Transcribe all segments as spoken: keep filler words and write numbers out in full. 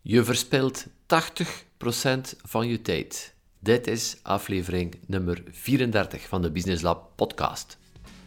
Je verspilt tachtig procent van je tijd. Dit is aflevering nummer vierendertig van de Business Lab podcast.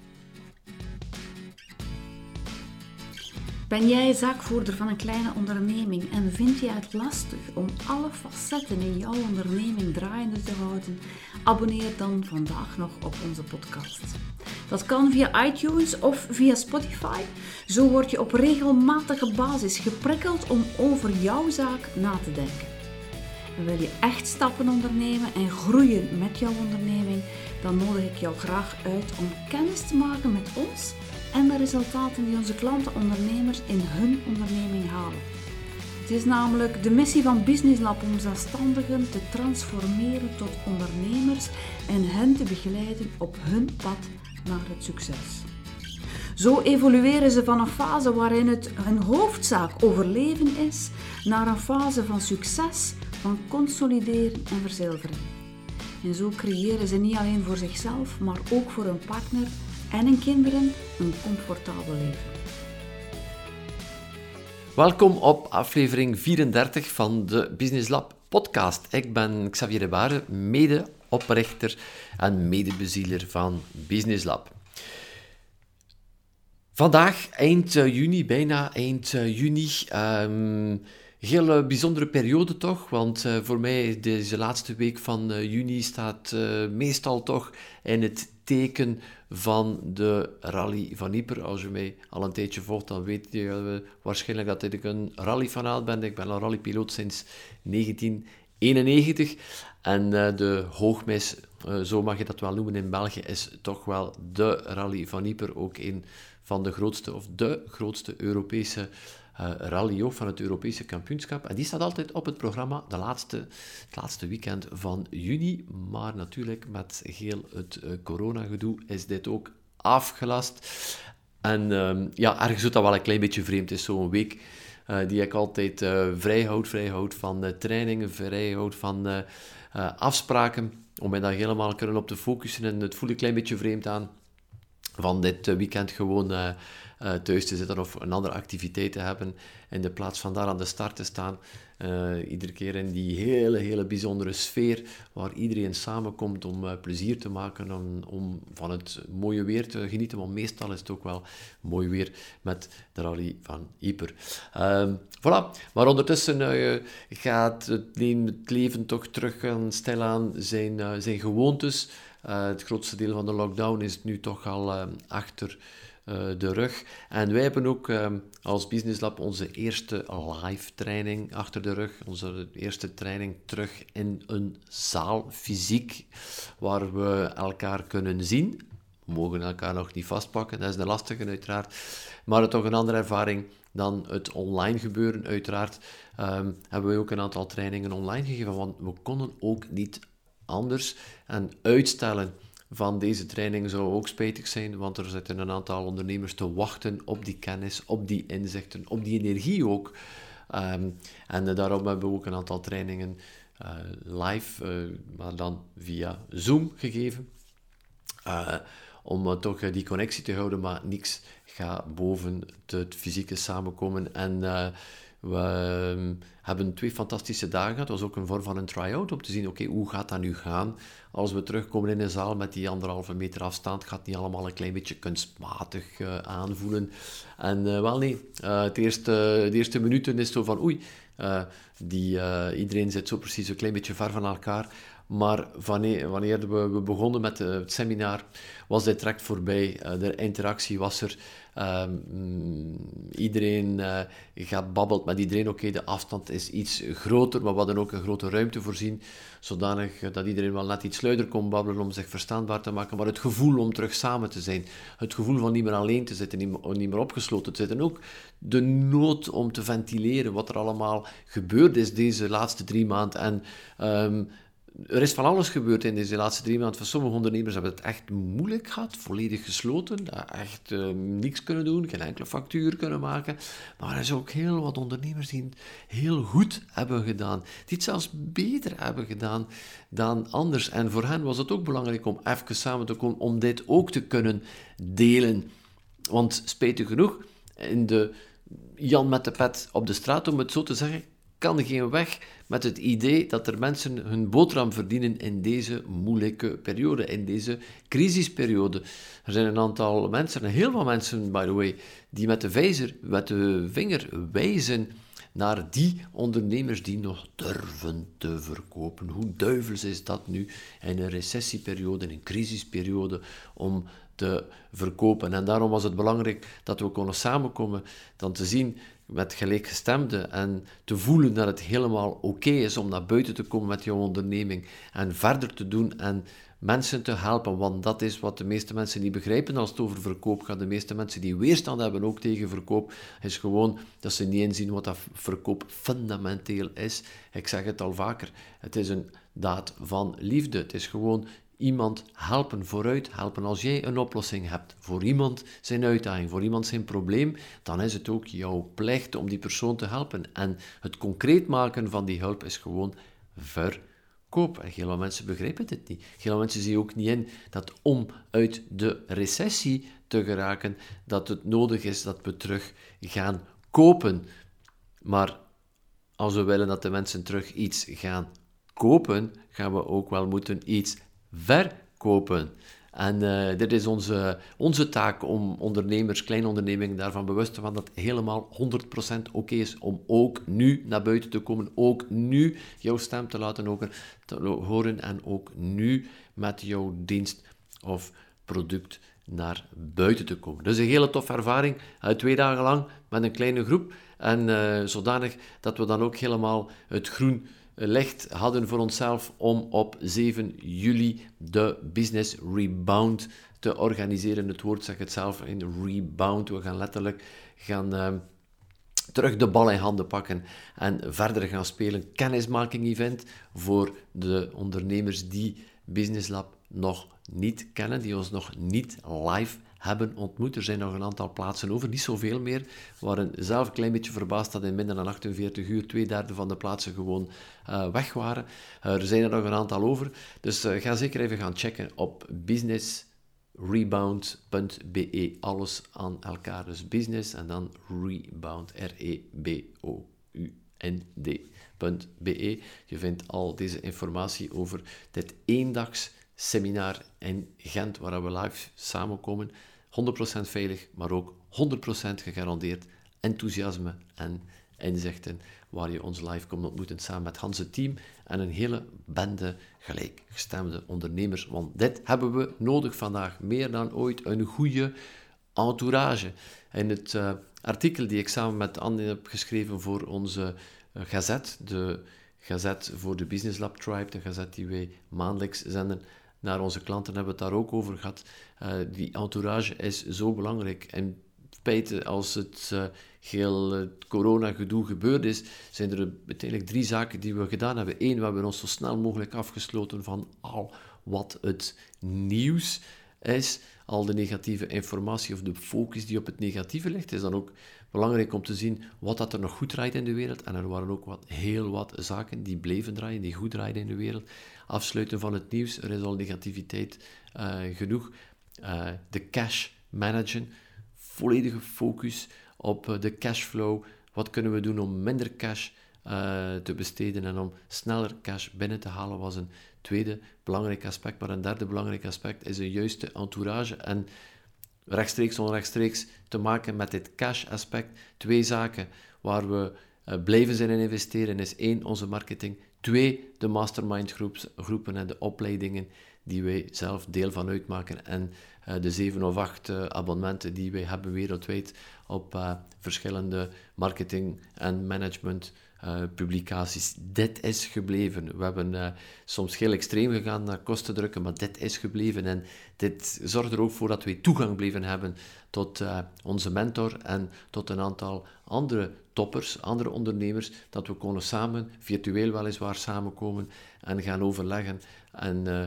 Ben jij zaakvoerder van een kleine onderneming en vind jij het lastig om alle facetten in jouw onderneming draaiende te houden? Abonneer dan vandaag nog op onze podcast. Dat kan via iTunes of via Spotify. Zo word je op regelmatige basis geprikkeld om over jouw zaak na te denken. En wil je echt stappen ondernemen en groeien met jouw onderneming, dan nodig ik jou graag uit om kennis te maken met ons en de resultaten die onze klanten ondernemers in hun onderneming halen. Het is namelijk de missie van Business Lab om zelfstandigen te transformeren tot ondernemers en hen te begeleiden op hun pad naar het succes. Zo evolueren ze van een fase waarin het hun hoofdzaak overleven is, naar een fase van succes, van consolideren en verzilveren. En zo creëren ze niet alleen voor zichzelf, maar ook voor hun partner en hun kinderen een comfortabel leven. Welkom op aflevering vierendertig van de Business Lab podcast. Ik ben Xavier de Baere, mede-oprichter en medebezieler van Business Lab. Vandaag, eind juni, bijna eind juni, um, heel bijzondere periode toch, want uh, voor mij deze laatste week van uh, juni staat uh, meestal toch in het teken van de Rally van Ypres. Als je mij al een tijdje volgt, dan weet je uh, waarschijnlijk dat ik een rallyfanaat ben. Ik ben een rallypiloot sinds negentien eenennegentig en uh, de Hoogmis, uh, zo mag je dat wel noemen in België, is toch wel de Rally van Ypres, ook een van de grootste, of de grootste Europese uh, rally ook van het Europese kampioenschap. En die staat altijd op het programma, de laatste, het laatste weekend van juni. Maar natuurlijk, met heel het uh, coronagedoe is dit ook afgelast. En um, ja, ergens doet dat wel een klein beetje vreemd. Het is zo'n week uh, die ik altijd uh, vrijhoud, vrijhoud van uh, trainingen, vrijhoud van uh, uh, afspraken, om mij daar helemaal kunnen op te focussen. En het voelt een klein beetje vreemd aan van dit weekend gewoon uh, uh, thuis te zitten of een andere activiteit te hebben, in de plaats van daar aan de start te staan. Uh, iedere keer in die hele, hele bijzondere sfeer, waar iedereen samenkomt om uh, plezier te maken, om, om van het mooie weer te genieten, want meestal is het ook wel mooi weer met de Rally van Ypres. Uh, voilà, maar ondertussen uh, gaat het, het leven toch terug gaan stilaan zijn, uh, zijn gewoontes. Uh, het grootste deel van de lockdown is nu toch al uh, achter uh, de rug. En wij hebben ook uh, als Business Lab onze eerste live training achter de rug. Onze eerste training terug in een zaal, fysiek, waar we elkaar kunnen zien. We mogen elkaar nog niet vastpakken, dat is de lastige uiteraard. Maar het is toch een andere ervaring dan het online gebeuren uiteraard. Um, hebben we ook een aantal trainingen online gegeven, want we konden ook niet anders. En uitstellen van deze training zou ook spijtig zijn, want er zitten een aantal ondernemers te wachten op die kennis, op die inzichten, op die energie ook. Um, en uh, daarom hebben we ook een aantal trainingen uh, live, uh, maar dan via Zoom gegeven. Uh, om uh, toch uh, die connectie te houden, maar niks gaat boven het fysieke samenkomen. En uh, we um, hebben twee fantastische dagen gehad. Het was ook een vorm van een try-out, om te zien, oké, okay, hoe gaat dat nu gaan? Als we terugkomen in een zaal met die anderhalve meter afstand, gaat het niet allemaal een klein beetje kunstmatig uh, aanvoelen. En uh, wel nee, uh, het eerste, de eerste minuten is zo van, oei, uh, die, uh, iedereen zit zo precies een klein beetje ver van elkaar. Maar wanneer, wanneer we, we begonnen met uh, het seminar, was dit direct voorbij. Uh, de interactie was er. Um, iedereen uh, gaat babbelt met iedereen. Oké, okay, de afstand is iets groter, maar we hadden ook een grote ruimte voorzien, zodanig uh, dat iedereen wel net iets luider kon babbelen om zich verstaanbaar te maken. Maar het gevoel om terug samen te zijn, het gevoel van niet meer alleen te zitten, niet meer, niet meer opgesloten te zitten, ook de nood om te ventileren wat er allemaal gebeurd is deze laatste drie maanden. En um, er is van alles gebeurd in deze laatste drie maanden. Voor sommige ondernemers hebben het echt moeilijk gehad, volledig gesloten, echt uh, niks kunnen doen, geen enkele factuur kunnen maken. Maar er zijn ook heel wat ondernemers die het heel goed hebben gedaan, die het zelfs beter hebben gedaan dan anders. En voor hen was het ook belangrijk om even samen te komen, om dit ook te kunnen delen. Want spijtig genoeg, in de Jan met de pet op de straat, om het zo te zeggen, kan geen weg met het idee dat er mensen hun boterham verdienen in deze moeilijke periode, in deze crisisperiode. Er zijn een aantal mensen, en heel veel mensen, by the way, die met de, vijzer, met de vinger wijzen naar die ondernemers die nog durven te verkopen. Hoe duivels is dat nu in een recessieperiode, in een crisisperiode, om te verkopen? En daarom was het belangrijk dat we konden samenkomen, dan te zien met gelijkgestemden en te voelen dat het helemaal oké is om naar buiten te komen met jouw onderneming en verder te doen en mensen te helpen, want dat is wat de meeste mensen niet begrijpen als het over verkoop gaat. De meeste mensen die weerstand hebben ook tegen verkoop, is gewoon dat ze niet inzien wat dat verkoop fundamenteel is. Ik zeg het al vaker, het is een daad van liefde. Het is gewoon iemand helpen, vooruit helpen. Als jij een oplossing hebt voor iemand zijn uitdaging, voor iemand zijn probleem, dan is het ook jouw plicht om die persoon te helpen. En het concreet maken van die hulp is gewoon verkoop. En heel veel mensen begrijpen dit niet. Heel veel mensen zien ook niet in dat om uit de recessie te geraken, dat het nodig is dat we terug gaan kopen. Maar als we willen dat de mensen terug iets gaan kopen, gaan we ook wel moeten iets verkopen. En uh, dit is onze, onze taak om ondernemers, kleine ondernemingen, daarvan bewust te worden dat het helemaal honderd procent oké is om ook nu naar buiten te komen, ook nu jouw stem te laten horen, te horen en ook nu met jouw dienst of product naar buiten te komen. Dus een hele toffe ervaring, uh, twee dagen lang met een kleine groep en uh, zodanig dat we dan ook helemaal het groen licht hadden voor onszelf om op zeven juli de Business Rebound te organiseren. Het woord zegt het zelf, in rebound. We gaan letterlijk gaan uh, terug de bal in handen pakken en verder gaan spelen. Kennismaking-event voor de ondernemers die Business Lab nog niet kennen, die ons nog niet live hebben ontmoet. Er zijn nog een aantal plaatsen over, niet zoveel meer. We waren zelf een klein beetje verbaasd dat in minder dan achtenveertig uur twee derde van de plaatsen gewoon uh, weg waren. Uh, er zijn er nog een aantal over. Dus uh, ga zeker even gaan checken op business rebound punt b e. Alles aan elkaar. Dus business en dan rebound, R E B O U N D punt b e. Je vindt al deze informatie over dit eendags seminar in Gent, waar we live samenkomen. honderd procent veilig, maar ook honderd procent gegarandeerd enthousiasme en inzichten, waar je ons live komt ontmoeten samen met Hans' team en een hele bende gelijkgestemde ondernemers. Want dit hebben we nodig vandaag, meer dan ooit, een goede entourage. In het uh, artikel die ik samen met Anne heb geschreven voor onze uh, gazet, de gazet voor de Business Lab Tribe, de gazet die wij maandelijks zenden naar onze klanten, hebben we het daar ook over gehad. Uh, die entourage is zo belangrijk. In feite, als het uh, heel uh, corona-gedoe gebeurd is, zijn er uiteindelijk drie zaken die we gedaan hebben. Eén, we hebben ons zo snel mogelijk afgesloten van al wat het nieuws is, al de negatieve informatie of de focus die op het negatieve ligt. Het is dan ook belangrijk om te zien wat dat er nog goed draait in de wereld. En er waren ook wat, heel wat zaken die bleven draaien, die goed draaiden in de wereld. Afsluiten van het nieuws, er is al negativiteit uh, genoeg. Uh, de cash managen, volledige focus op uh, de cashflow. Wat kunnen we doen om minder cash uh, te besteden en om sneller cash binnen te halen, was een tweede belangrijk aspect. Maar een derde belangrijk aspect is een juiste entourage en rechtstreeks onrechtstreeks te maken met dit cash-aspect. Twee zaken waar we uh, blijven zijn in investeren is één, onze marketing. Twee, de mastermind groepen en de opleidingen die wij zelf deel van uitmaken. En uh, de zeven of acht uh, abonnementen die wij hebben wereldwijd op uh, verschillende marketing- en management Uh, publicaties. Dit is gebleven. We hebben uh, soms heel extreem gegaan naar kosten drukken, maar dit is gebleven en dit zorgt er ook voor dat wij toegang blijven hebben tot uh, onze mentor en tot een aantal andere toppers, andere ondernemers, dat we konden samen, virtueel weliswaar, samenkomen en gaan overleggen en uh,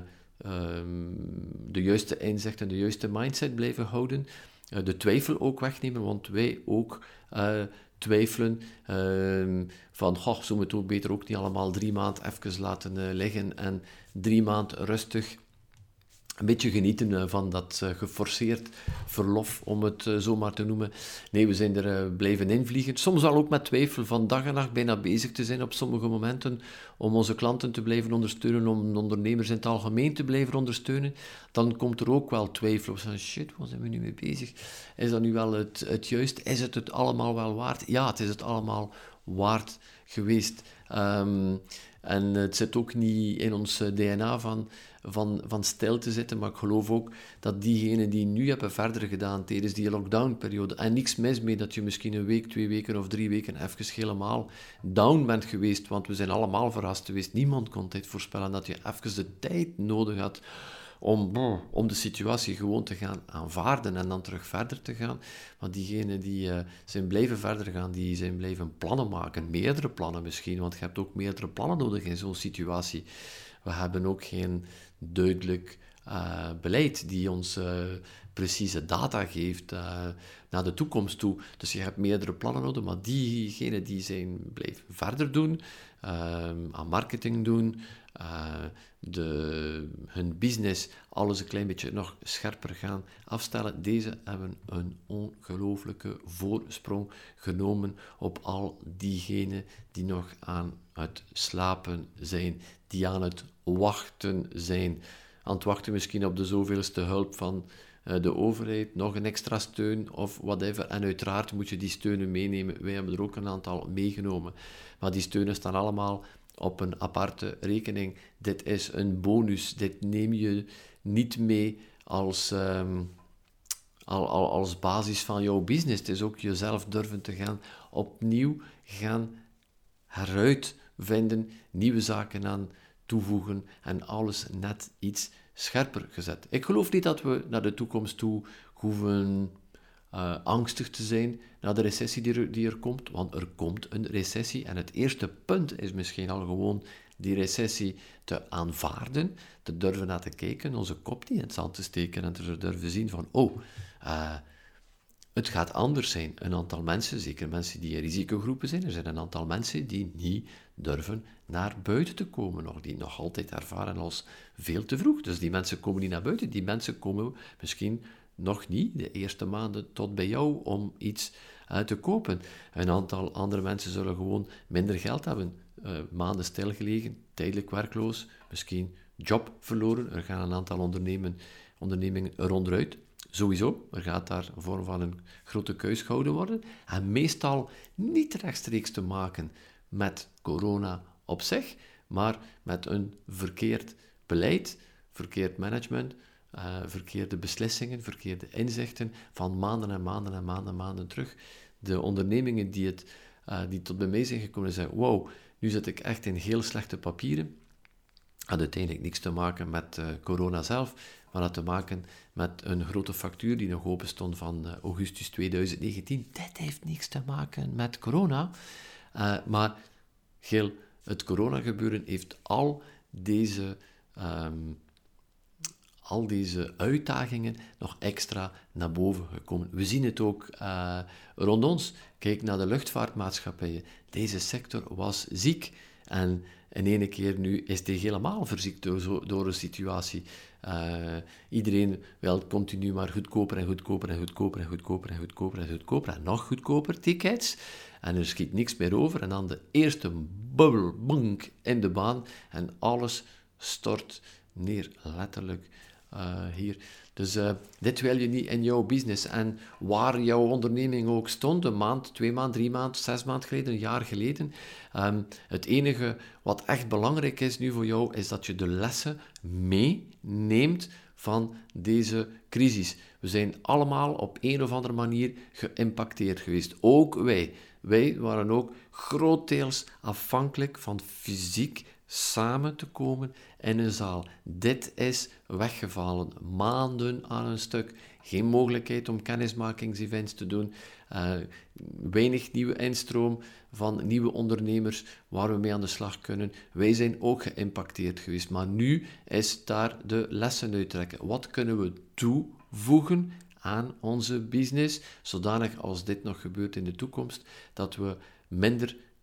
um, de juiste inzicht en de juiste mindset blijven houden. Uh, de twijfel ook wegnemen, want wij ook uh, twijfelen uh, van, goh, zo moeten we beter ook niet allemaal drie maanden even laten uh, liggen en drie maanden rustig een beetje genieten uh, van dat uh, geforceerd verlof, om het uh, zo maar te noemen. Nee, we zijn er uh, blijven invliegen. Soms al ook met twijfel, van dag en nacht bijna bezig te zijn op sommige momenten, om onze klanten te blijven ondersteunen, om ondernemers in het algemeen te blijven ondersteunen. Dan komt er ook wel twijfel op. Van, shit, waar zijn we nu mee bezig? Is dat nu wel het, het juiste? Is het het allemaal wel waard? Ja, het is het allemaal waard geweest. Um, en het zit ook niet in ons D N A van, van, van stil te zitten, maar ik geloof ook dat diegenen die nu hebben verder gedaan tijdens die lockdownperiode, en niks mis mee dat je misschien een week, twee weken of drie weken even helemaal down bent geweest, want we zijn allemaal verrast geweest. Niemand kon dit voorspellen, dat je even de tijd nodig had om, om de situatie gewoon te gaan aanvaarden en dan terug verder te gaan. Maar diegenen die uh, zijn blijven verder gaan, die zijn blijven plannen maken, meerdere plannen misschien, want je hebt ook meerdere plannen nodig in zo'n situatie. We hebben ook geen duidelijk uh, beleid die ons uh, precieze data geeft uh, naar de toekomst toe. Dus je hebt meerdere plannen nodig, maar diegenen die zijn blijven verder doen, uh, aan marketing doen, uh, de, hun business alles een klein beetje nog scherper gaan afstellen. Deze hebben een ongelooflijke voorsprong genomen op al diegenen die nog aan het slapen zijn, die aan het wachten zijn. Aan het wachten misschien op de zoveelste hulp van uh, de overheid, nog een extra steun of whatever. En uiteraard moet je die steunen meenemen. Wij hebben er ook een aantal meegenomen. Maar die steunen staan allemaal op een aparte rekening. Dit is een bonus. Dit neem je niet mee als, um, al, al, als basis van jouw business. Het is ook jezelf durven te gaan opnieuw gaan heruitvinden, nieuwe zaken aan toevoegen en alles net iets scherper gezet. Ik geloof niet dat we naar de toekomst toe hoeven uh, angstig te zijn naar de recessie die er, die er komt, want er komt een recessie en het eerste punt is misschien al gewoon die recessie te aanvaarden, te durven naar te kijken, onze kop niet in het zand te steken en te durven zien van, oh, uh, het gaat anders zijn. Een aantal mensen, zeker mensen die in risicogroepen zijn, er zijn een aantal mensen die niet durven naar buiten te komen, nog, die nog altijd ervaren als veel te vroeg. Dus die mensen komen niet naar buiten, die mensen komen misschien nog niet de eerste maanden tot bij jou om iets uh, te kopen. Een aantal andere mensen zullen gewoon minder geld hebben, uh, maanden stilgelegen, tijdelijk werkloos, misschien job verloren. Er gaan een aantal ondernemen, ondernemingen eronderuit. Sowieso, er gaat daar een vorm van een grote keus gehouden worden. En meestal niet rechtstreeks te maken met corona op zich, maar met een verkeerd beleid, verkeerd management, uh, verkeerde beslissingen, verkeerde inzichten van maanden en maanden en maanden en maanden terug. De ondernemingen die, het, uh, die tot bij mij zijn gekomen zijn, wow, nu zit ik echt in heel slechte papieren. Had uiteindelijk niks te maken met uh, corona zelf, maar had te maken met een grote factuur die nog open stond van uh, augustus tweeduizend negentien. Dit heeft niks te maken met corona, uh, maar heel het coronagebeuren heeft al deze, um, al deze uitdagingen nog extra naar boven gekomen. We zien het ook uh, rond ons. Kijk naar de luchtvaartmaatschappijen. Deze sector was ziek en in ene keer nu is die helemaal verziekt door, zo, door een situatie. Uh, iedereen wil continu maar goedkoper en goedkoper en goedkoper en goedkoper en goedkoper en goedkoper en nog goedkoper tickets. En er schiet niks meer over. En dan de eerste bubbel, bonk, in de baan. En alles stort neer, letterlijk uh, hier. Dus uh, dit wil je niet in jouw business. En waar jouw onderneming ook stond, een maand, twee maanden, drie maanden, zes maanden geleden, een jaar geleden. Um, het enige wat echt belangrijk is nu voor jou, is dat je de lessen meeneemt van deze crisis. We zijn allemaal op een of andere manier geïmpacteerd geweest. Ook wij. Wij waren ook grotendeels afhankelijk van fysiek samen te komen in een zaal. Dit is weggevallen. Maanden aan een stuk. Geen mogelijkheid om kennismakingsevents te doen. Uh, weinig nieuwe instroom van nieuwe ondernemers waar we mee aan de slag kunnen. Wij zijn ook geïmpacteerd geweest. Maar nu is daar de lessen uittrekken. Wat kunnen we toevoegen aan onze business, zodanig als dit nog gebeurt in de toekomst, dat we minder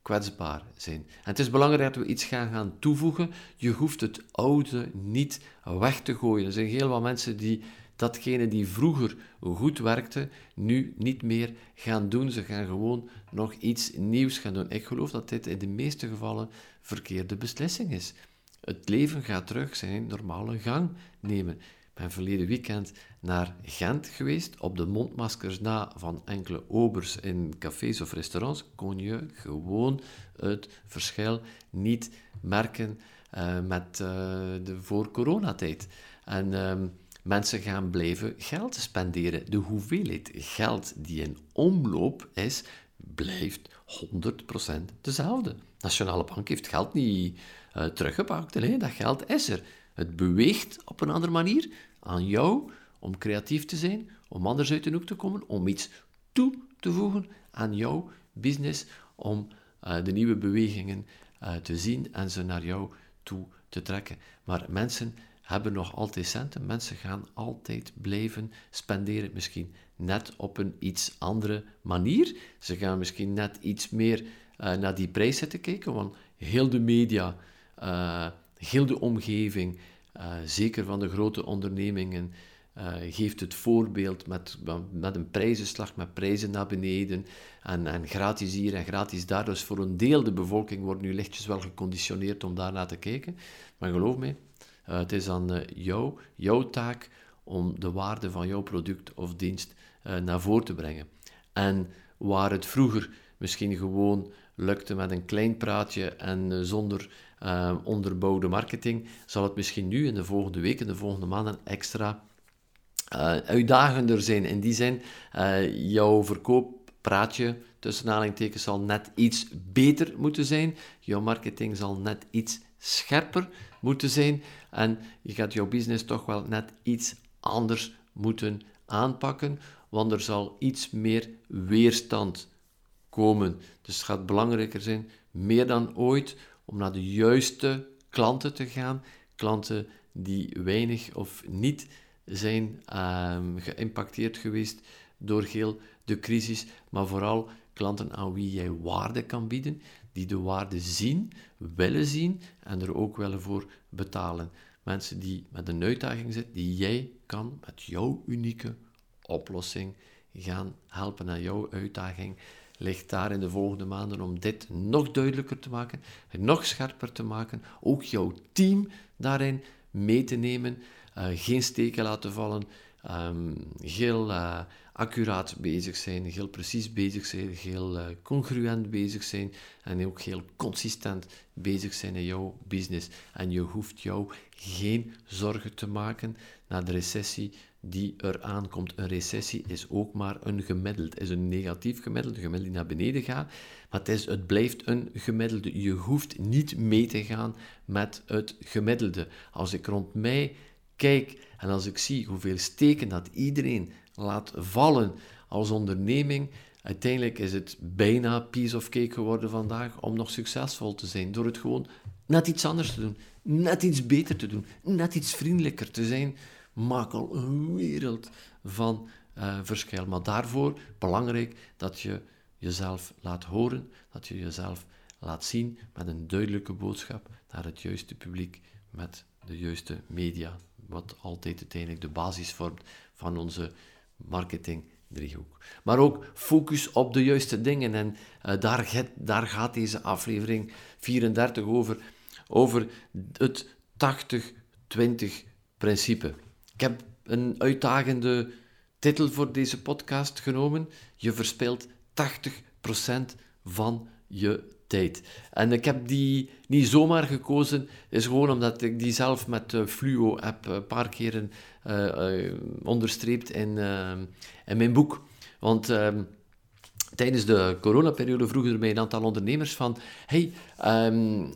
kwetsbaar zijn. En het is belangrijk dat we iets gaan, gaan toevoegen. Je hoeft het oude niet weg te gooien. Er zijn heel wat mensen die datgene die vroeger goed werkte, nu niet meer gaan doen. Ze gaan gewoon nog iets nieuws gaan doen. Ik geloof dat dit in de meeste gevallen verkeerde beslissing is. Het leven gaat terug zijn normale gang nemen. Ik ben verleden weekend naar Gent geweest, op de mondmaskers na van enkele obers in cafés of restaurants, kon je gewoon het verschil niet merken uh, met uh, de voor-coronatijd. En uh, mensen gaan blijven geld spenderen. De hoeveelheid geld die in omloop is, blijft honderd procent dezelfde. De Nationale Bank heeft geld niet uh, teruggepakt. Nee, dat geld is er. Het beweegt op een andere manier aan jou om creatief te zijn, om anders uit de hoek te komen, om iets toe te voegen aan jouw business, om uh, de nieuwe bewegingen uh, te zien en ze naar jou toe te trekken. Maar mensen hebben nog altijd centen, mensen gaan altijd blijven spenderen, misschien net op een iets andere manier. Ze gaan misschien net iets meer uh, naar die prijs zitten kijken, want heel de media, uh, heel de omgeving, uh, zeker van de grote ondernemingen, uh, geeft het voorbeeld met, met een prijzenslag, met prijzen naar beneden en, en gratis hier en gratis daar. Dus voor een deel de bevolking wordt nu lichtjes wel geconditioneerd om daarnaar te kijken. Maar geloof mij, uh, het is aan uh, jou, jouw taak om de waarde van jouw product of dienst uh, naar voren te brengen. En waar het vroeger misschien gewoon lukte met een klein praatje en uh, zonder uh, onderbouwde marketing, zal het misschien nu in de volgende weken, de volgende maanden extra uh, uitdagender zijn. In die zin, uh, jouw verkooppraatje, tussen aanhalingstekens, zal net iets beter moeten zijn. Jouw marketing zal net iets scherper moeten zijn. En je gaat jouw business toch wel net iets anders moeten aanpakken, want er zal iets meer weerstand komen. Dus het gaat belangrijker zijn, meer dan ooit, om naar de juiste klanten te gaan. Klanten die weinig of niet zijn uh, geïmpacteerd geweest door heel de crisis, maar vooral klanten aan wie jij waarde kan bieden, die de waarde zien, willen zien en er ook willen voor betalen. Mensen die met een uitdaging zitten, die jij kan met jouw unieke oplossing gaan helpen. En jouw uitdaging ligt daar in de volgende maanden om dit nog duidelijker te maken, nog scherper te maken, ook jouw team daarin mee te nemen, uh, geen steken laten vallen, um, heel uh, accuraat bezig zijn, heel precies bezig zijn, heel uh, congruent bezig zijn en ook heel consistent bezig zijn in jouw business. En je hoeft jou geen zorgen te maken naar de recessie die er aankomt. Een recessie is ook maar een gemiddeld, is een negatief gemiddelde, een gemiddelde die naar beneden gaat, maar het, is, het blijft een gemiddelde. Je hoeft niet mee te gaan met het gemiddelde. Als ik rond mij kijk en als ik zie hoeveel steken dat iedereen laat vallen als onderneming, uiteindelijk is het bijna piece of cake geworden vandaag om nog succesvol te zijn, door het gewoon net iets anders te doen, net iets beter te doen, net iets vriendelijker te zijn, maak al een wereld van uh, verschil. Maar daarvoor belangrijk dat je jezelf laat horen, dat je jezelf laat zien met een duidelijke boodschap naar het juiste publiek, met de juiste media, wat altijd uiteindelijk de basis vormt van onze marketingdriehoek. Maar ook focus op de juiste dingen. En uh, daar, get, daar gaat deze aflevering vierendertig over, over het tachtig twintig principe. Ik heb een uitdagende titel voor deze podcast genomen. Je verspilt tachtig procent van je tijd. En ik heb die niet zomaar gekozen, is gewoon omdat ik die zelf met uh, Fluo heb een paar keren uh, uh, onderstreept in, uh, in mijn boek. Want uh, tijdens de coronaperiode vroegen er mij een aantal ondernemers van hey, um,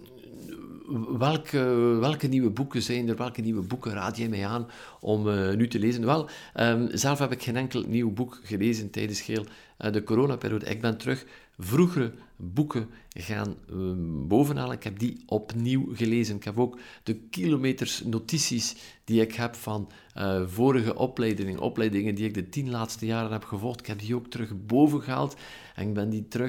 Welke, welke nieuwe boeken zijn er? Welke nieuwe boeken raad jij mij aan om uh, nu te lezen? Wel, um, zelf heb ik geen enkel nieuw boek gelezen tijdens heel uh, de coronaperiode. Ik ben terug vroegere boeken gaan uh, bovenhalen. Ik heb die opnieuw gelezen. Ik heb ook de kilometers notities die ik heb van uh, vorige opleidingen, opleidingen die ik de tien laatste jaren heb gevolgd. Ik heb die ook terug boven gehaald en ik ben die terug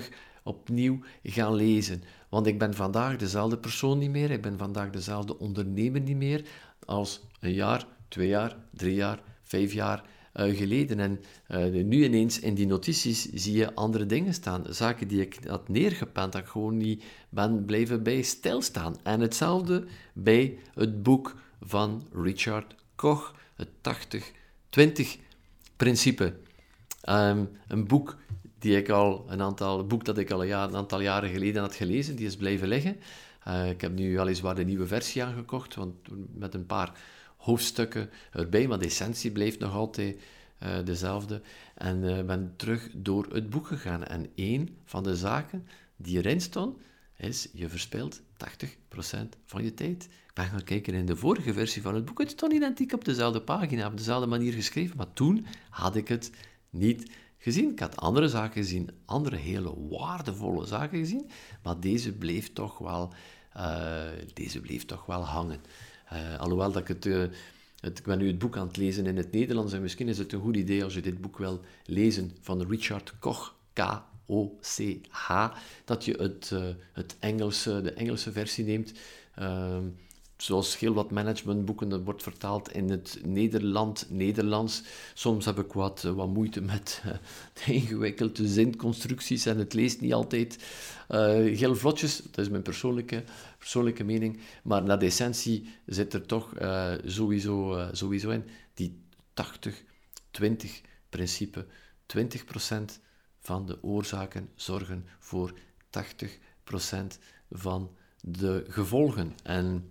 opnieuw gaan lezen. Want ik ben vandaag dezelfde persoon niet meer, ik ben vandaag dezelfde ondernemer niet meer als een jaar, twee jaar, drie jaar, vijf jaar uh, geleden. En uh, nu ineens in die notities zie je andere dingen staan. Zaken die ik had neergepend, dat ik gewoon niet ben blijven bij stilstaan. En hetzelfde bij het boek van Richard Koch, het tachtig twintig principe. Um, een boek die ik al een aantal, een boek dat ik al een, jaar, een aantal jaren geleden had gelezen, die is blijven liggen. Uh, ik heb nu weliswaar de nieuwe versie aangekocht, want met een paar hoofdstukken erbij, maar de essentie blijft nog altijd uh, dezelfde. En uh, ben terug door het boek gegaan. En één van de zaken die erin stond, is je verspilt tachtig procent van je tijd. Ik ben gaan kijken in de vorige versie van het boek. Het stond identiek op dezelfde pagina, op dezelfde manier geschreven, maar toen had ik het niet gezien. Ik had andere zaken gezien, andere hele waardevolle zaken gezien, maar deze bleef toch wel, uh, deze bleef toch wel hangen. Uh, alhoewel dat ik het, uh, het... Ik ben nu het boek aan het lezen in het Nederlands en misschien is het een goed idee als je dit boek wil lezen van Richard Koch, K O C H, dat je het, uh, het Engelse, de Engelse versie neemt. Uh, Zoals heel wat managementboeken, dat wordt vertaald in het Nederland, Nederlands. Soms heb ik wat, wat moeite met uh, de ingewikkelde zinconstructies en het leest niet altijd uh, heel vlotjes. Dat is mijn persoonlijke, persoonlijke mening. Maar naar de essentie zit er toch uh, sowieso, uh, sowieso in die tachtig twintig principe. twintig procent van de oorzaken zorgen voor tachtig procent van de gevolgen. En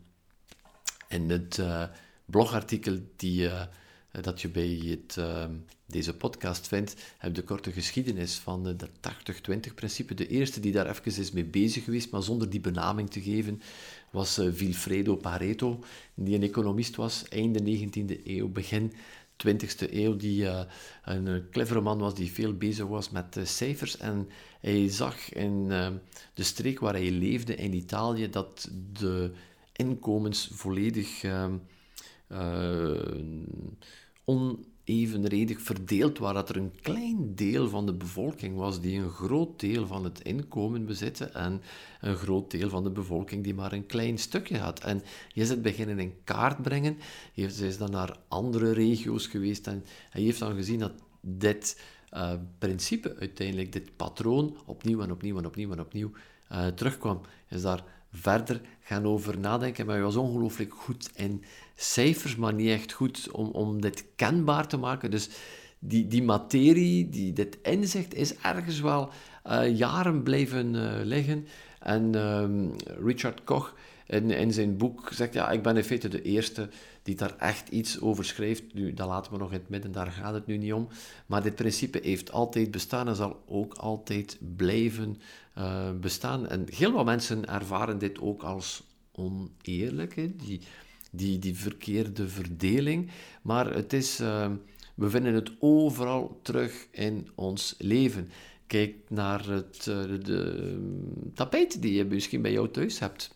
in het uh, blogartikel die, uh, dat je bij het, uh, deze podcast vindt, heb je de korte geschiedenis van uh, dat tachtig twintig principe. De eerste die daar even is mee bezig geweest, maar zonder die benaming te geven, was uh, Vilfredo Pareto, die een economist was, einde negentiende eeuw, begin twintigste eeuw, die uh, een uh, clevere man was, die veel bezig was met uh, cijfers. En hij zag in uh, de streek waar hij leefde, in Italië, dat de inkomens volledig uh, uh, onevenredig verdeeld waren. Dat er een klein deel van de bevolking was die een groot deel van het inkomen bezitte en een groot deel van de bevolking die maar een klein stukje had. En je is het beginnen in kaart brengen. Hij is dan naar andere regio's geweest en hij heeft dan gezien dat dit uh, principe uiteindelijk, dit patroon, opnieuw en opnieuw en opnieuw en opnieuw uh, terugkwam. Hij is daar verder gaan over nadenken, maar hij was ongelooflijk goed in cijfers, maar niet echt goed om, om dit kenbaar te maken. Dus die, die materie, die, dit inzicht, is ergens wel uh, jaren blijven uh, liggen. En um, Richard Koch in, in zijn boek zegt, ja, ik ben in feite de eerste die daar echt iets over schrijft. Nu, dat laten we nog in het midden, daar gaat het nu niet om. Maar dit principe heeft altijd bestaan en zal ook altijd blijven uh, bestaan. En heel wat mensen ervaren dit ook als oneerlijk, hè? Die, die, die verkeerde verdeling. Maar het is, uh, we vinden het overal terug in ons leven. Kijk naar het uh, de, de tapijt die je misschien bij jou thuis hebt.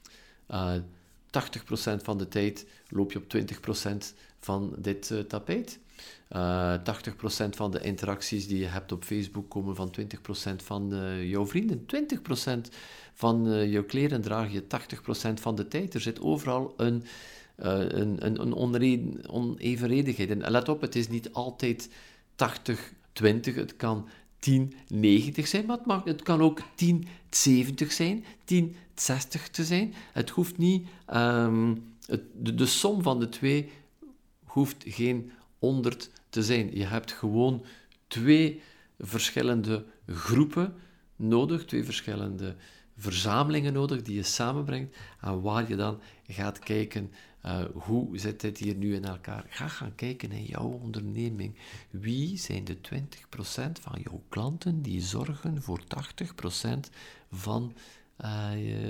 Uh, tachtig procent van de tijd loop je op twintig procent van dit uh, tapijt. Uh, tachtig procent van de interacties die je hebt op Facebook komen van twintig procent van uh, jouw vrienden. twintig procent van uh, jouw kleren draag je tachtig procent van de tijd. Er zit overal een, uh, een, een, een onre- onevenredigheid. En let op, het is niet altijd tachtig twintig. Het kan tien negentig zijn, maar het, mag, het kan ook tien zeventig zijn, tien zestig te zijn. Het hoeft niet... Um, het, de, de som van de twee hoeft geen honderd te zijn. Je hebt gewoon twee verschillende groepen nodig, twee verschillende verzamelingen nodig die je samenbrengt en waar je dan gaat kijken uh, hoe zit dit hier nu in elkaar. Ga gaan kijken in jouw onderneming. Wie zijn de twintig procent van jouw klanten die zorgen voor tachtig procent van uh,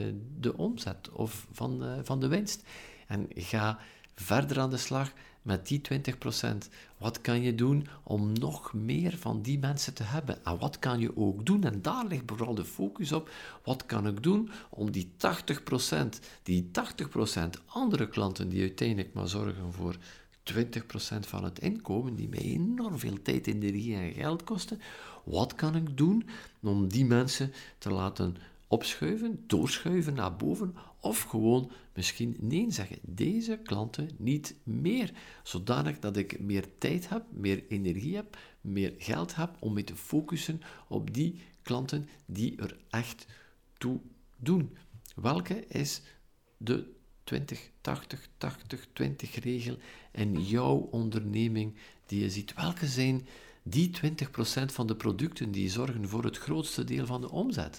de omzet of van, uh, van de winst? En ga verder aan de slag met die twintig procent. Wat kan je doen om nog meer van die mensen te hebben? En wat kan je ook doen? En daar ligt vooral de focus op. Wat kan ik doen om die tachtig procent, die tachtig procent andere klanten die uiteindelijk maar zorgen voor twintig procent van het inkomen, die mij enorm veel tijd, energie en geld kosten. Wat kan ik doen om die mensen te laten opschuiven, doorschuiven naar boven, of gewoon misschien nee zeggen. Deze klanten niet meer, zodanig dat ik meer tijd heb, meer energie heb, meer geld heb om me te focussen op die klanten die er echt toe doen. Welke is de twintig tachtig tachtig twintig regel in jouw onderneming die je ziet? Welke zijn die twintig procent van de producten die zorgen voor het grootste deel van de omzet?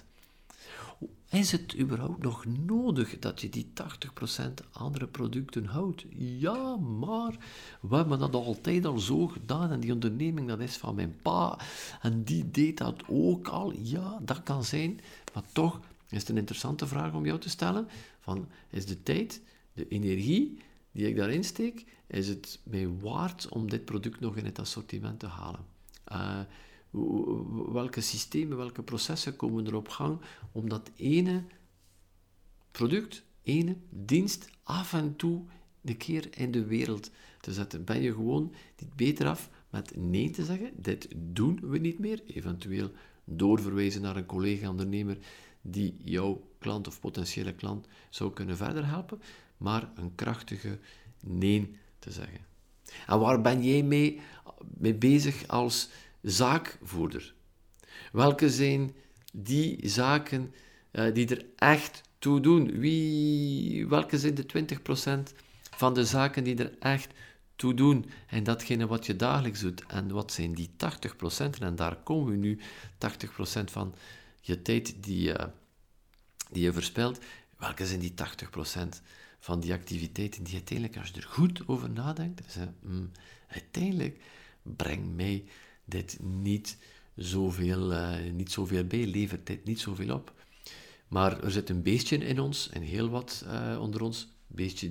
Is het überhaupt nog nodig dat je die tachtig procent andere producten houdt? Ja, maar we hebben dat altijd al zo gedaan en die onderneming dat is van mijn pa en die deed dat ook al. Ja, dat kan zijn, maar toch is het een interessante vraag om jou te stellen. Van, is de tijd, de energie die ik daarin steek, is het mij waard om dit product nog in het assortiment te halen? Uh, welke systemen, welke processen komen er op gang om dat ene product, ene dienst af en toe een keer in de wereld te zetten? Ben je gewoon niet beter af met nee te zeggen? Dit doen we niet meer. Eventueel doorverwijzen naar een collega-ondernemer die jouw klant of potentiële klant zou kunnen verder helpen, maar een krachtige nee te zeggen. En waar ben jij mee, mee bezig als zaakvoerder? Welke zijn die zaken uh, die er echt toe doen? Wie, welke zijn de twintig procent van de zaken die er echt toe doen? En datgene wat je dagelijks doet. En wat zijn die tachtig procent? En daar komen we nu, tachtig procent van je tijd die, uh, die je verspilt. Welke zijn die tachtig procent van die activiteiten die uiteindelijk, als je er goed over nadenkt, is, mm, uiteindelijk brengt mij dit niet zoveel, uh, niet zoveel bij, levert dit niet zoveel op. Maar er zit een beestje in ons, en heel wat uh, onder ons, een beestje,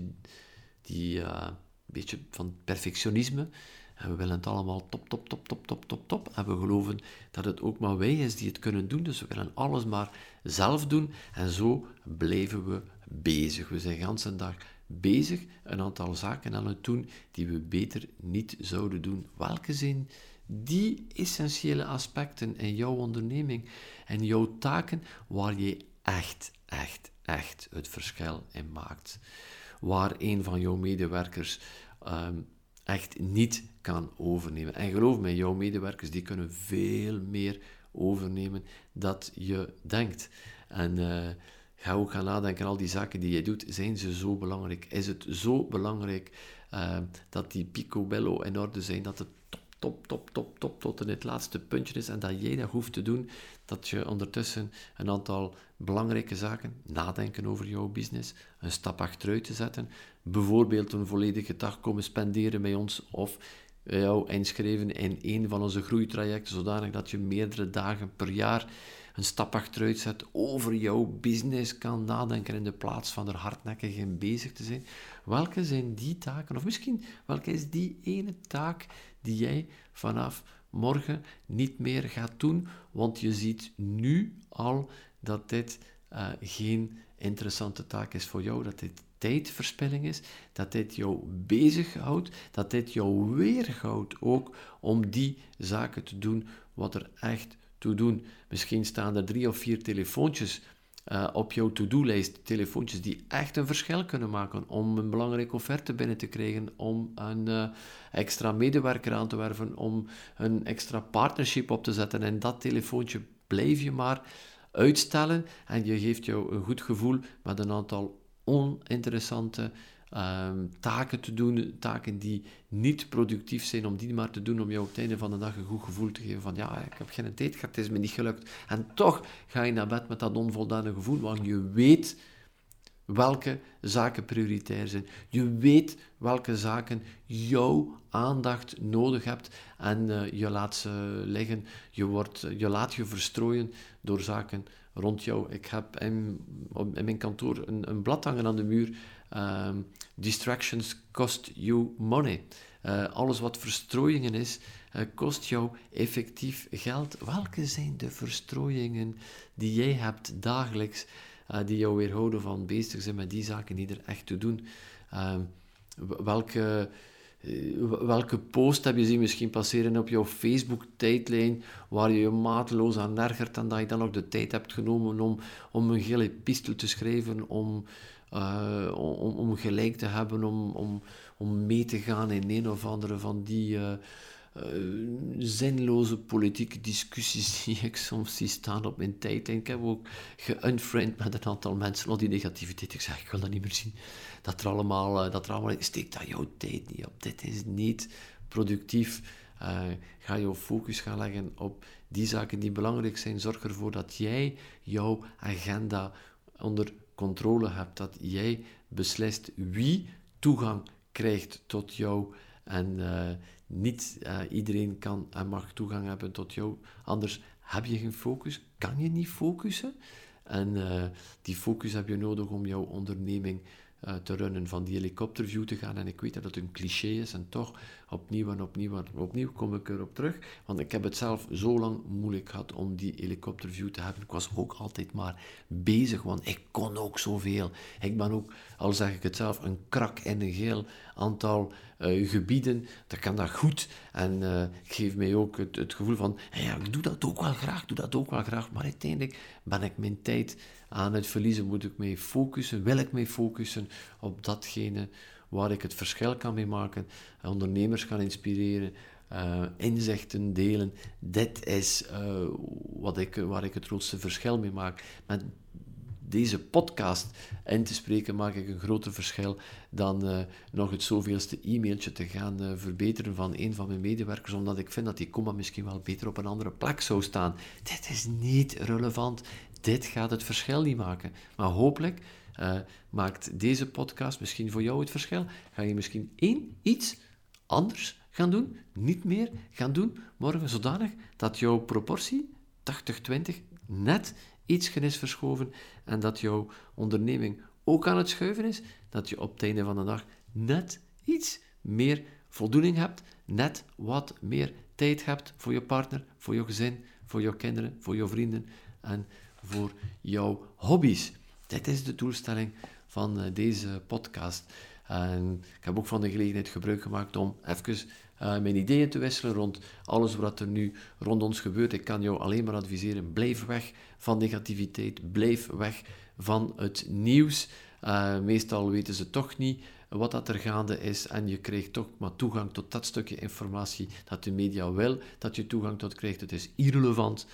die, uh, beetje van perfectionisme. En we willen het allemaal top, top, top, top, top, top, top. En we geloven dat het ook maar wij is die het kunnen doen. Dus we willen alles maar zelf doen. En zo blijven we bezig. We zijn de hele dag bezig een aantal zaken aan het doen die we beter niet zouden doen. Welke zijn die essentiële aspecten in jouw onderneming en jouw taken waar je echt, echt, echt het verschil in maakt? Waar een van jouw medewerkers um, echt niet kan overnemen. En geloof me, jouw medewerkers die kunnen veel meer overnemen dan je denkt. En uh, ga ook gaan nadenken, al die zaken die je doet, zijn ze zo belangrijk? Is het zo belangrijk uh, dat die picobello in orde zijn, dat het top, top, top, top, top tot in het laatste puntje is en dat jij dat hoeft te doen, dat je ondertussen een aantal belangrijke zaken, nadenken over jouw business, een stap achteruit te zetten, bijvoorbeeld een volledige dag komen spenderen met ons of jou inschrijven in een van onze groeitrajecten, zodanig dat je meerdere dagen per jaar een stap achteruit zet, over jouw business kan nadenken in de plaats van er hardnekkig in bezig te zijn. Welke zijn die taken? Of misschien, welke is die ene taak die jij vanaf morgen niet meer gaat doen, want je ziet nu al dat dit uh, geen interessante taak is voor jou, dat dit tijdverspilling is, dat dit jou bezighoudt, dat dit jou weerhoudt ook om die zaken te doen wat er echt toe doen. Misschien staan er drie of vier telefoontjes uh, op jouw to-do-lijst, telefoontjes die echt een verschil kunnen maken om een belangrijke offerte binnen te krijgen, om een uh, extra medewerker aan te werven, om een extra partnership op te zetten. En dat telefoontje blijf je maar uitstellen en je geeft jou een goed gevoel met een aantal oninteressante um, taken te doen, taken die niet productief zijn, om die maar te doen, om jou op het einde van de dag een goed gevoel te geven van ja, ik heb geen tijd gehad, het is me niet gelukt. En toch ga je naar bed met dat onvoldane gevoel, want je weet welke zaken prioritair zijn. Je weet welke zaken jouw aandacht nodig hebt en uh, je laat ze liggen. Je, wordt, je laat je verstrooien door zaken rond jou. Ik heb in, op, in mijn kantoor een, een blad hangen aan de muur. Um, Distractions cost you money. Uh, alles wat verstrooiingen is, uh, kost jou effectief geld. Welke zijn de verstrooiingen die jij hebt dagelijks, uh, die jou weerhouden van bezig zijn met die zaken die er echt toe doen? Uh, welke welke post heb je zien misschien passeren op jouw Facebook-tijdlijn, waar je je mateloos aan ergert en dat je dan nog de tijd hebt genomen om, om een gele epistel te schrijven, om, uh, om, om gelijk te hebben, om, om, om mee te gaan in een of andere van die uh, uh, zinloze politieke discussies die ik soms zie staan op mijn tijdlijn. Ik heb ook geunfriend met een aantal mensen op die negativiteit. Ik zeg, ik wil dat niet meer zien. Dat er allemaal, dat er allemaal steekt daar jouw tijd niet op. Dit is niet productief. Uh, ga jouw focus gaan leggen op die zaken die belangrijk zijn. Zorg ervoor dat jij jouw agenda onder controle hebt. Dat jij beslist wie toegang krijgt tot jou. En uh, niet uh, iedereen kan en mag toegang hebben tot jou. Anders heb je geen focus. Kan je niet focussen. En uh, die focus heb je nodig om jouw onderneming Uh, te runnen, van die helikopterview te gaan. En ik weet dat het een cliché is, en toch opnieuw en opnieuw en opnieuw kom ik erop terug, want ik heb het zelf zo lang moeilijk gehad om die helikopterview te hebben. Ik was ook altijd maar bezig, want ik kon ook zoveel. Ik ben ook, al zeg ik het zelf, een krak in een heel aantal uh, gebieden. Dat kan dat goed. En uh, ik geef mij ook het, het gevoel van, ja, ik doe dat ook wel graag, doe dat ook wel graag, maar uiteindelijk ben ik mijn tijd aan het verliezen. Moet ik mij focussen, wil ik mij focussen op datgene waar ik het verschil kan mee maken, ondernemers gaan inspireren, uh, inzichten delen. Dit is uh, wat ik, waar ik het grootste verschil mee maak. Met deze podcast in te spreken maak ik een groter verschil dan uh, nog het zoveelste e-mailtje te gaan uh, verbeteren van een van mijn medewerkers, omdat ik vind dat die komma misschien wel beter op een andere plek zou staan. Dit is niet relevant. Dit gaat het verschil niet maken. Maar hopelijk uh, maakt deze podcast misschien voor jou het verschil. Ga je misschien één iets anders gaan doen, niet meer gaan doen morgen, zodanig dat jouw proportie tachtig twintig net iets is verschoven en dat jouw onderneming ook aan het schuiven is, dat je op het einde van de dag net iets meer voldoening hebt, net wat meer tijd hebt voor je partner, voor je gezin, voor je kinderen, voor je vrienden en voor jouw hobby's. Dit is de doelstelling van uh, deze podcast. En ik heb ook van de gelegenheid gebruik gemaakt om even uh, mijn ideeën te wisselen rond alles wat er nu rond ons gebeurt. Ik kan jou alleen maar adviseren, blijf weg van negativiteit, blijf weg van het nieuws. Uh, meestal weten ze toch niet wat dat er gaande is en je krijgt toch maar toegang tot dat stukje informatie dat de media wil dat je toegang tot krijgt. Het is irrelevant,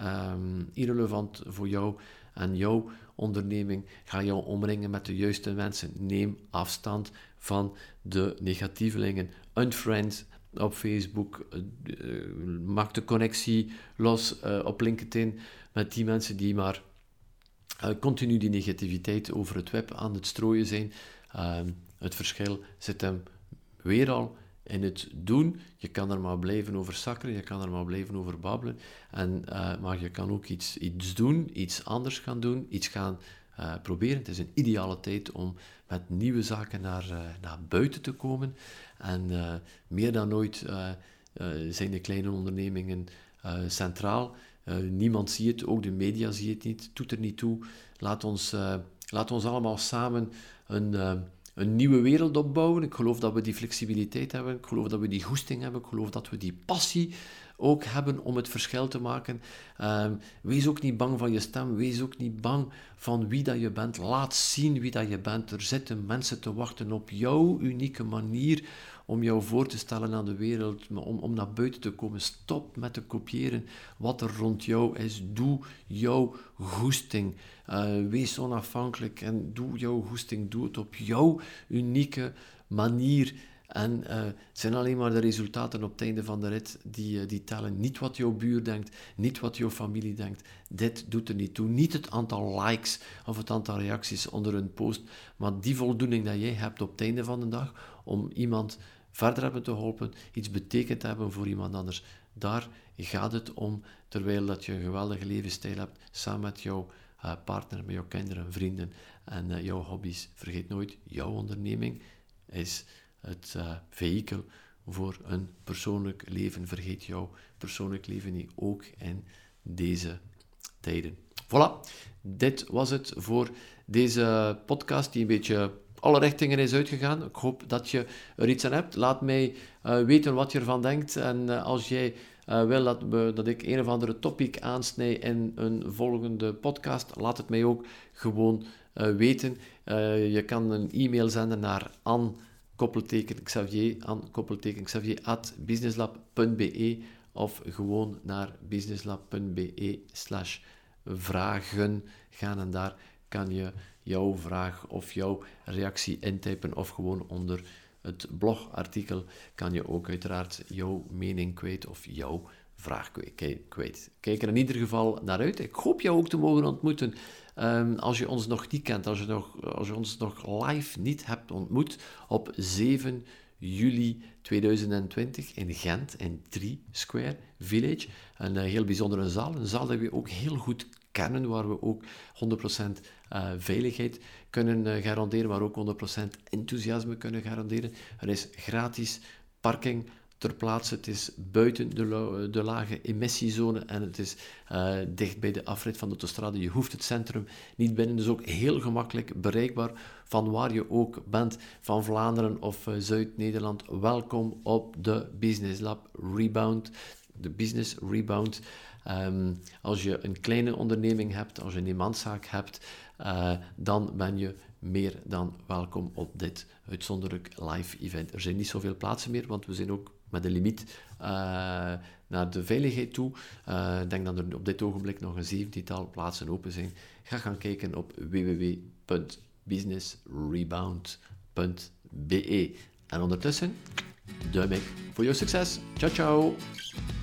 um, irrelevant voor jou en jouw onderneming. Ga jou omringen met de juiste mensen. Neem afstand van de negatievelingen. Unfriend op Facebook. Uh, maak de connectie los uh, op LinkedIn met die mensen die maar uh, continu die negativiteit over het web aan het strooien zijn. Uh, het verschil zit hem weer al in het doen. Je kan er maar blijven over sakkeren, je kan er maar blijven over babbelen. En, uh, maar je kan ook iets, iets doen, iets anders gaan doen, iets gaan uh, proberen. Het is een ideale tijd om met nieuwe zaken naar, uh, naar buiten te komen. En uh, meer dan ooit uh, uh, zijn de kleine ondernemingen uh, centraal. Uh, niemand ziet het, ook de media zien het niet, doet er niet toe. Laat ons, uh, laat ons allemaal samen een... Uh, een nieuwe wereld opbouwen. Ik geloof dat we die flexibiliteit hebben. Ik geloof dat we die goesting hebben. Ik geloof dat we die passie ook hebben om het verschil te maken. Uh, wees ook niet bang van je stem. Wees ook niet bang van wie dat je bent. Laat zien wie dat je bent. Er zitten mensen te wachten op jouw unieke manier om jou voor te stellen aan de wereld, om, om naar buiten te komen. Stop met te kopiëren wat er rond jou is. Doe jouw goesting. Uh, wees onafhankelijk en doe jouw goesting. Doe het op jouw unieke manier. En uh, het zijn alleen maar de resultaten op het einde van de rit die, uh, die tellen. Niet wat jouw buur denkt, niet wat jouw familie denkt. Dit doet er niet toe. Niet het aantal likes of het aantal reacties onder een post, maar die voldoening dat jij hebt op het einde van de dag om iemand verder hebben te helpen, iets betekend te hebben voor iemand anders. Daar gaat het om, terwijl dat je een geweldige levensstijl hebt, samen met jouw uh, partner, met jouw kinderen, vrienden en uh, jouw hobby's. Vergeet nooit, jouw onderneming is het uh, vehikel voor een persoonlijk leven. Vergeet jouw persoonlijk leven niet, ook in deze tijden. Voilà, dit was het voor deze podcast die een beetje alle richtingen is uitgegaan. Ik hoop dat je er iets aan hebt. Laat mij uh, weten wat je ervan denkt. En uh, als jij uh, wil dat, we, dat ik een of andere topic aansnij in een volgende podcast, laat het mij ook gewoon uh, weten. Uh, je kan een e-mail zenden naar Anne koppelteken Xavier, Anne koppelteken Xavier at businesslab punt be of gewoon naar businesslab punt be slash vragen gaan en daar kan je jouw vraag of jouw reactie intypen of gewoon onder het blogartikel kan je ook uiteraard jouw mening kwijt of jouw vraag kwijt. Kijk er in ieder geval naar uit. Ik hoop jou ook te mogen ontmoeten. Um, als je ons nog niet kent, als je, nog, als je ons nog live niet hebt ontmoet, op zeven juli tweeduizend twintig in Gent, in Tree Square Village. Een uh, heel bijzondere zaal, een zaal die we ook heel goed kennen, waar we ook honderd procent uh, veiligheid kunnen uh, garanderen, waar we ook honderd procent enthousiasme kunnen garanderen. Er is gratis parking ter plaatse, het is buiten de, la- de lage emissiezone en het is uh, dicht bij de afrit van de autostrade. Je hoeft het centrum niet binnen, dus ook heel gemakkelijk bereikbaar van waar je ook bent, van Vlaanderen of uh, Zuid-Nederland. Welkom op de Business Lab Rebound, de Business Rebound. Um, als je een kleine onderneming hebt, als je een eenmanszaak hebt, uh, dan ben je meer dan welkom op dit uitzonderlijk live event. Er zijn niet zoveel plaatsen meer, want we zijn ook met een limiet uh, naar de veiligheid toe. Uh, ik denk dat er op dit ogenblik nog een zeventiental plaatsen open zijn. Ga gaan kijken op w w w punt business rebound punt be. En ondertussen, duim ik voor jouw succes. Ciao, ciao!